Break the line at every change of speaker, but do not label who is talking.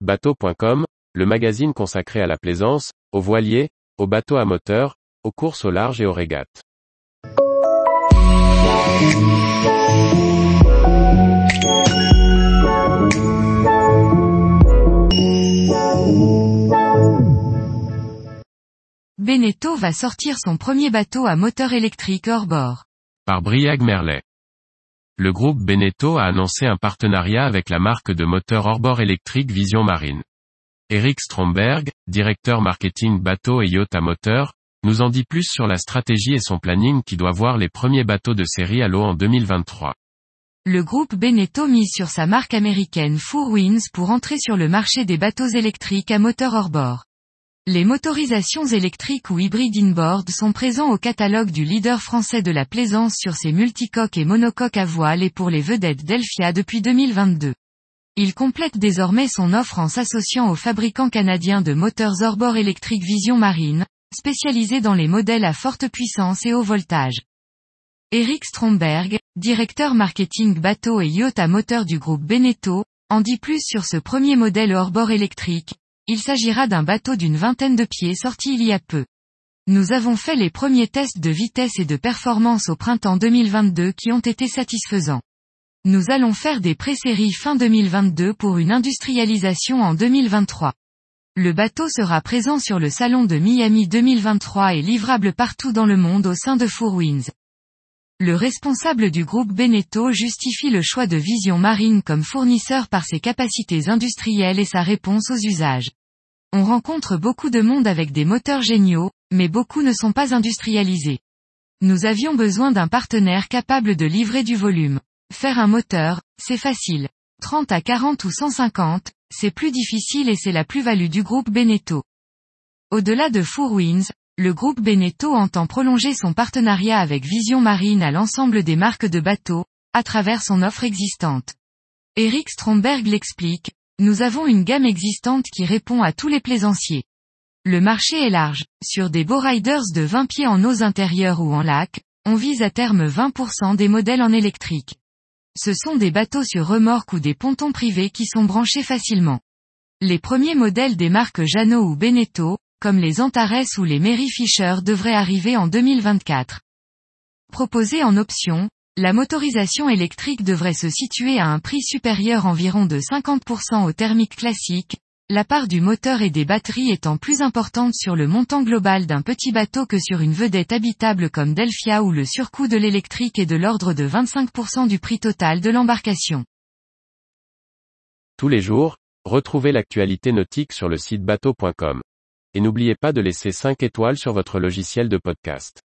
Bateau.com, le magazine consacré à la plaisance, aux voiliers, aux bateaux à moteur, aux courses au large et aux régates.
Beneteau va sortir son premier bateau à moteur électrique hors bord.
Par Briag Merlet. Le groupe Beneteau a annoncé un partenariat avec la marque de moteur hors-bord électrique Vision Marine. Eric Stromberg, directeur marketing bateau et yacht à moteur, nous en dit plus sur la stratégie et son planning qui doit voir les premiers bateaux de série à l'eau en 2023.
Le groupe Beneteau mise sur sa marque américaine Four Winds pour entrer sur le marché des bateaux électriques à moteur hors bord. Les motorisations électriques ou hybrides inboard sont présents au catalogue du leader français de la plaisance sur ses multicoques et monocoques à voile et pour les vedettes Delphia depuis 2022. Il complète désormais son offre en s'associant au fabricant canadien de moteurs hors-bord électriques Vision Marine, spécialisé dans les modèles à forte puissance et haut voltage. Eric Stromberg, directeur marketing bateau et yacht à moteur du groupe Beneteau, en dit plus sur ce premier modèle hors-bord électrique. Il s'agira d'un bateau d'une vingtaine de pieds sorti il y a peu. Nous avons fait les premiers tests de vitesse et de performance au printemps 2022 qui ont été satisfaisants. Nous allons faire des pré-séries fin 2022 pour une industrialisation en 2023. Le bateau sera présent sur le salon de Miami 2023 et livrable partout dans le monde au sein de Four Winds. Le responsable du groupe Beneteau justifie le choix de Vision Marine comme fournisseur par ses capacités industrielles et sa réponse aux usages. On rencontre beaucoup de monde avec des moteurs géniaux, mais beaucoup ne sont pas industrialisés. Nous avions besoin d'un partenaire capable de livrer du volume. Faire un moteur, c'est facile. 30 à 40 ou 150, c'est plus difficile et c'est la plus-value du groupe Beneteau. Au-delà de Four Winds, le groupe Beneteau entend prolonger son partenariat avec Vision Marine à l'ensemble des marques de bateaux, à travers son offre existante. Eric Stromberg l'explique, nous avons une gamme existante qui répond à tous les plaisanciers. Le marché est large, sur des beaux riders de 20 pieds en eaux intérieures ou en lac, on vise à terme 20% des modèles en électrique. Ce sont des bateaux sur remorque ou des pontons privés qui sont branchés facilement. Les premiers modèles des marques Jeannot ou Beneteau, comme les Antares ou les Mary Fisher devraient arriver en 2024. Proposée en option, la motorisation électrique devrait se situer à un prix supérieur environ de 50% au thermique classique, la part du moteur et des batteries étant plus importante sur le montant global d'un petit bateau que sur une vedette habitable comme Delphia où le surcoût de l'électrique est de l'ordre de 25% du prix total de l'embarcation.
Tous les jours, retrouvez l'actualité nautique sur le site bateau.com. Et n'oubliez pas de laisser 5 étoiles sur votre logiciel de podcast.